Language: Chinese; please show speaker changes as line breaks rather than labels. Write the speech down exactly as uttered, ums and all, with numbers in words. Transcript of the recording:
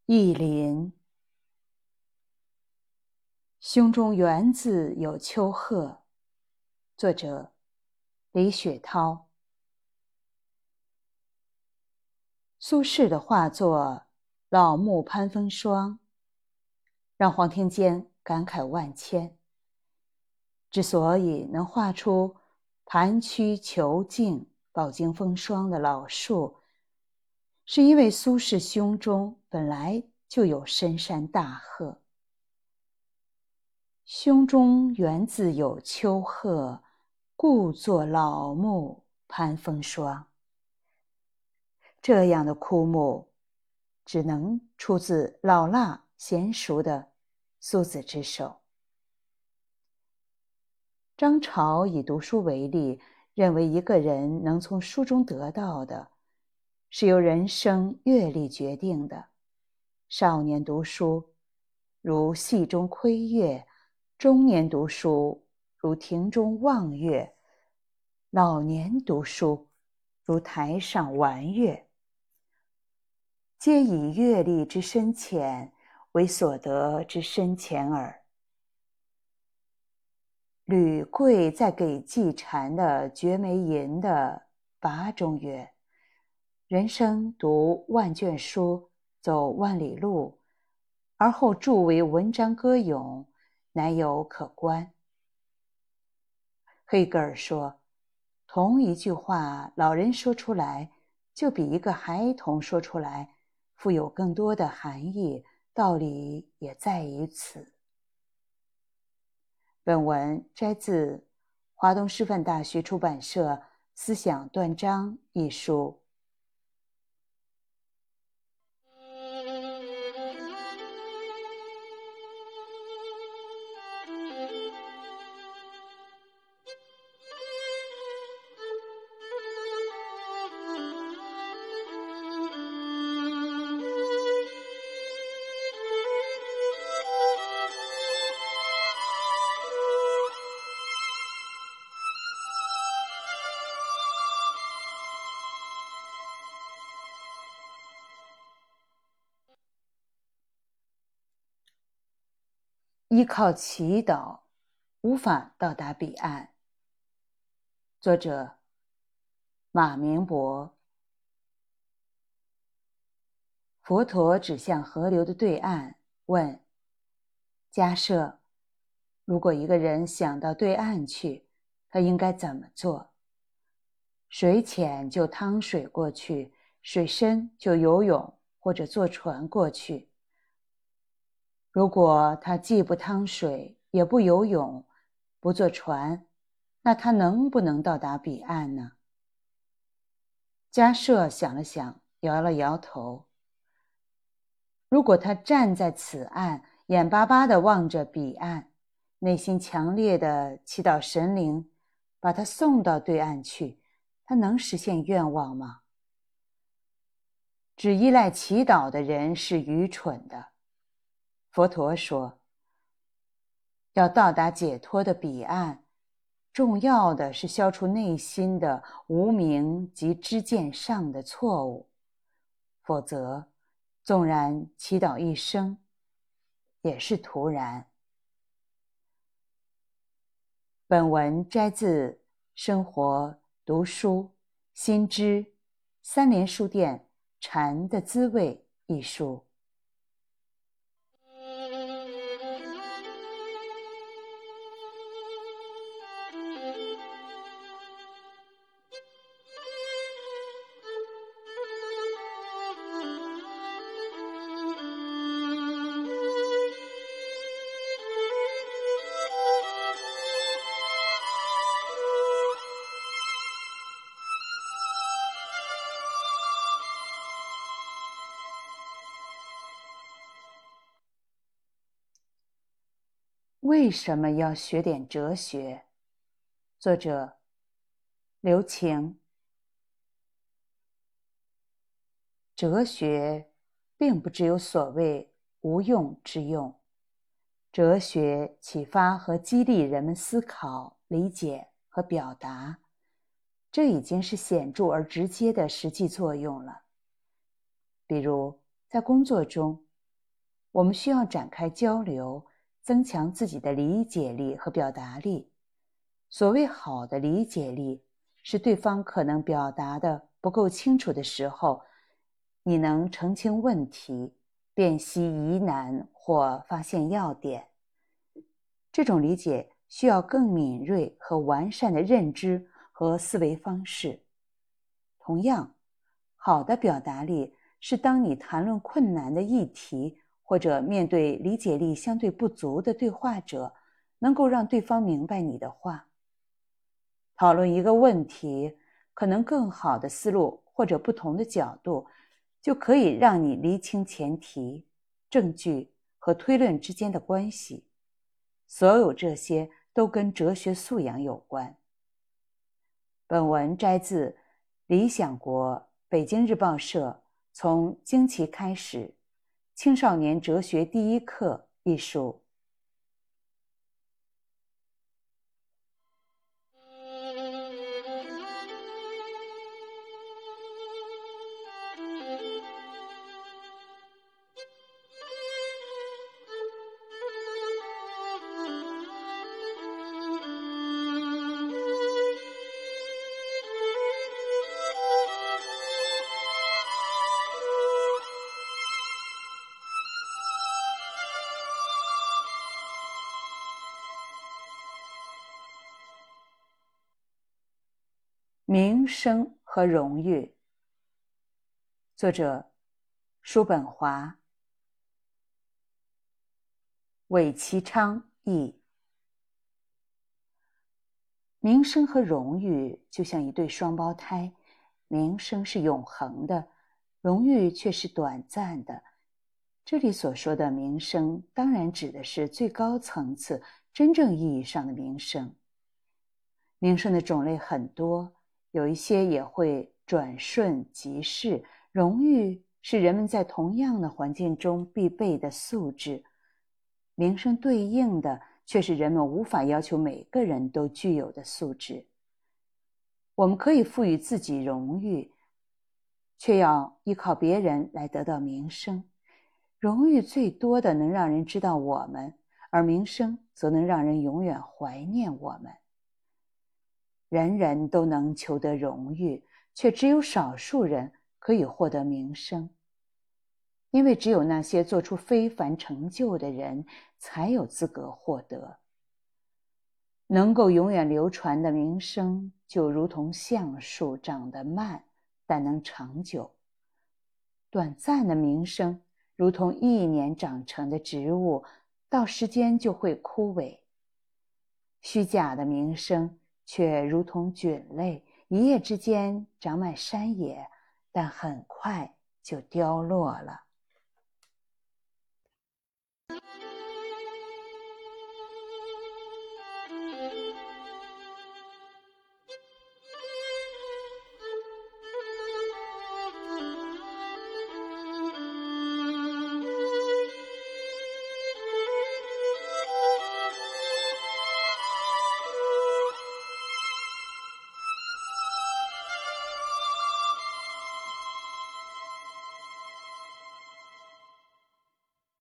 意林，胸中园子有丘壑。作者李雪涛。苏轼的画作《老木潘风霜》让黄庭坚感慨万千。之所以能画出盘曲遒劲、饱经风霜的老树，是因为苏轼胸中本来就有深山大壑。胸中园子有丘壑，故作老木潘风霜。这样的枯木，只能出自老辣娴熟的苏子之手。张潮以读书为例，认为一个人能从书中得到的，是由人生阅历决定的。少年读书，如戏中窥月；中年读书，如庭中望月；老年读书，如台上玩月。皆以阅历之深浅，为所得之深浅耳。吕贵在给季蝉的《绝梅吟》的跋中曰：人生读万卷书，走万里路，而后著为文章歌咏，乃有可观。黑格尔说，同一句话，老人说出来，就比一个孩童说出来富有更多的含义，道理也在于此。本文摘自华东师范大学出版社《思想断章》一书。依靠祈祷无法到达彼岸。作者马明博。佛陀指向河流的对岸，问：假设如果一个人想到对岸去，他应该怎么做？水浅就趟水过去，水深就游泳或者坐船过去。如果他既不趟水，也不游泳，不坐船，那他能不能到达彼岸呢？迦摄想了想，摇了摇头。如果他站在此岸，眼巴巴地望着彼岸，内心强烈地祈祷神灵把他送到对岸去，他能实现愿望吗？只依赖祈祷的人是愚蠢的。佛陀说，要到达解脱的彼岸，重要的是消除内心的无明及知见上的错误，否则纵然祈祷一生，也是徒然。本文摘自《生活读书新知三联书店禅的滋味》一书。为什么要学点哲学？作者刘擎。哲学并不只有所谓无用之用，哲学启发和激励人们思考、理解和表达，这已经是显著而直接的实际作用了。比如在工作中， 我们需要展开交流，增强自己的理解力和表达力。所谓好的理解力，是对方可能表达的不够清楚的时候，你能澄清问题，辨析疑难或发现要点。这种理解需要更敏锐和完善的认知和思维方式。同样，好的表达力是当你谈论困难的议题，或者面对理解力相对不足的对话者，能够让对方明白你的话。讨论一个问题，可能更好的思路或者不同的角度，就可以让你厘清前提、证据和推论之间的关系。所有这些都跟哲学素养有关。本文摘自理想国北京日报社从惊奇开始，青少年哲学第一课一书。名声和荣誉，作者叔本华，韦其昌译。名声和荣誉就像一对双胞胎，名声是永恒的，荣誉却是短暂的。这里所说的名声，当然指的是最高层次、真正意义上的名声。名声的种类很多，有一些也会转瞬即逝。荣誉是人们在同样的环境中必备的素质，名声对应的却是人们无法要求每个人都具有的素质。我们可以赋予自己荣誉，却要依靠别人来得到名声。荣誉最多的能让人知道我们，而名声则能让人永远怀念我们。人人都能求得荣誉，却只有少数人可以获得名声，因为只有那些做出非凡成就的人才有资格获得。能够永远流传的名声，就如同橡树，长得慢，但能长久；短暂的名声，如同一年长成的植物，到时间就会枯萎；虚假的名声却如同菌类，一夜之间长满山野，但很快就凋落了。